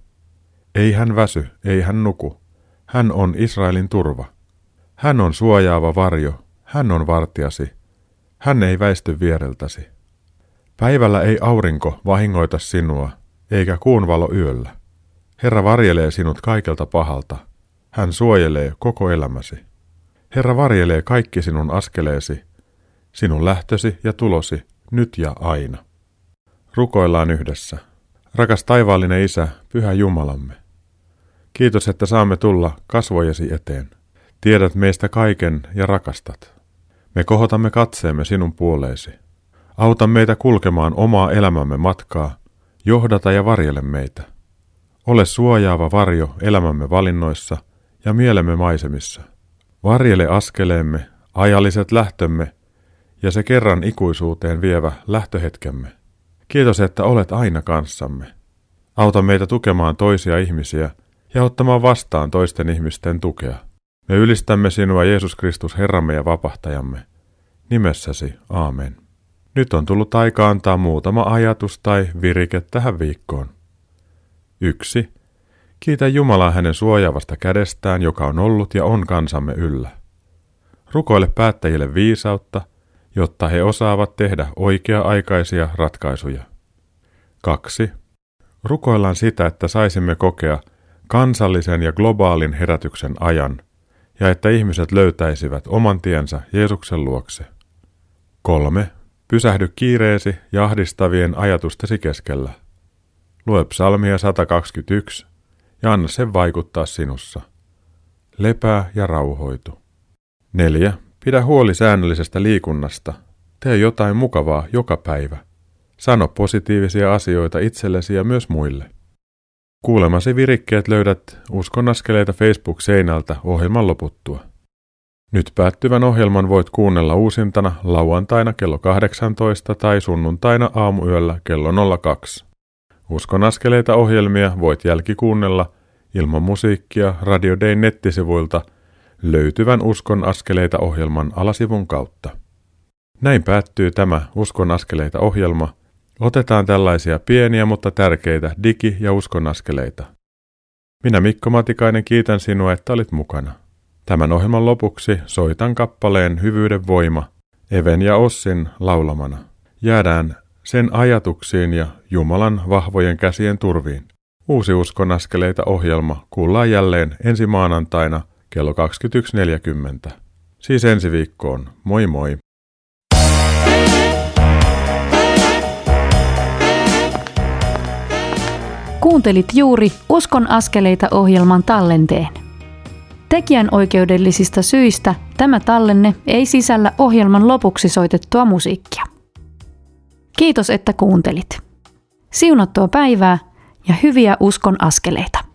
Ei hän väsy, ei hän nuku. Hän on Israelin turva. Hän on suojaava varjo, hän on vartijasi. Hän ei väisty viereltäsi. Päivällä ei aurinko vahingoita sinua, eikä kuun valo yöllä. Herra varjelee sinut kaikelta pahalta. Hän suojelee koko elämäsi. Herra varjelee kaikki sinun askeleesi, sinun lähtösi ja tulosi, nyt ja aina. Rukoillaan yhdessä. Rakas taivaallinen Isä, Pyhä Jumalamme. Kiitos, että saamme tulla kasvojesi eteen. Tiedät meistä kaiken ja rakastat. Me kohotamme katseemme sinun puoleesi. Auta meitä kulkemaan omaa elämämme matkaa, johdata ja varjele meitä. Ole suojaava varjo elämämme valinnoissa ja mielemme maisemissa. Varjele askeleemme, ajalliset lähtömme ja se kerran ikuisuuteen vievä lähtöhetkemme. Kiitos, että olet aina kanssamme. Auta meitä tukemaan toisia ihmisiä ja ottamaan vastaan toisten ihmisten tukea. Me ylistämme sinua, Jeesus Kristus, Herramme ja Vapahtajamme. Nimessäsi, aamen. Nyt on tullut aika antaa muutama ajatus tai virike tähän viikkoon. yksi. Kiitä Jumalaa hänen suojaavasta kädestään, joka on ollut ja on kansamme yllä. Rukoile päättäjille viisautta, jotta he osaavat tehdä oikea-aikaisia ratkaisuja. kaksi. Rukoillaan sitä, että saisimme kokea kansallisen ja globaalin herätyksen ajan, ja että ihmiset löytäisivät oman tiensä Jeesuksen luokse. kolme. Pysähdy kiireesi ja ahdistavien ajatustesi keskellä. Lue psalmia sata kaksikymmentäyksi ja anna sen vaikuttaa sinussa. Lepää ja rauhoitu. neljä. Pidä huoli säännöllisestä liikunnasta. Tee jotain mukavaa joka päivä. Sano positiivisia asioita itsellesi ja myös muille. Kuulemasi virikkeet löydät Uskon askeleita Facebook-seinältä ohjelman loputtua. Nyt päättyvän ohjelman voit kuunnella uusintana lauantaina kello kahdeksantoista tai sunnuntaina aamuyöllä kello nolla kaksi. Uskon askeleita ohjelmia voit jälkikuunnella ilman musiikkia Radio Dayn nettisivuilta löytyvän Uskon askeleita ohjelman alasivun kautta. Näin päättyy tämä Uskon askeleita ohjelma. Otetaan tällaisia pieniä, mutta tärkeitä digi- ja uskon askeleita. Minä Mikko Matikainen kiitän sinua, että olit mukana. Tämän ohjelman lopuksi soitan kappaleen Hyvyyden voima Even ja Ossin laulamana. Jäädään sen ajatuksiin ja Jumalan vahvojen käsien turviin. Uusi Uskon askeleita ohjelma kuullaan jälleen ensi maanantaina kello kaksikymmentäyksi neljäkymmentä. Siis ensi viikkoon. Moi moi!
Kuuntelit juuri Uskon askeleita ohjelman tallenteen. Tekijän oikeudellisista syistä tämä tallenne ei sisällä ohjelman lopuksi soitettua musiikkia. Kiitos, että kuuntelit. Siunattua päivää ja hyviä uskon askeleita.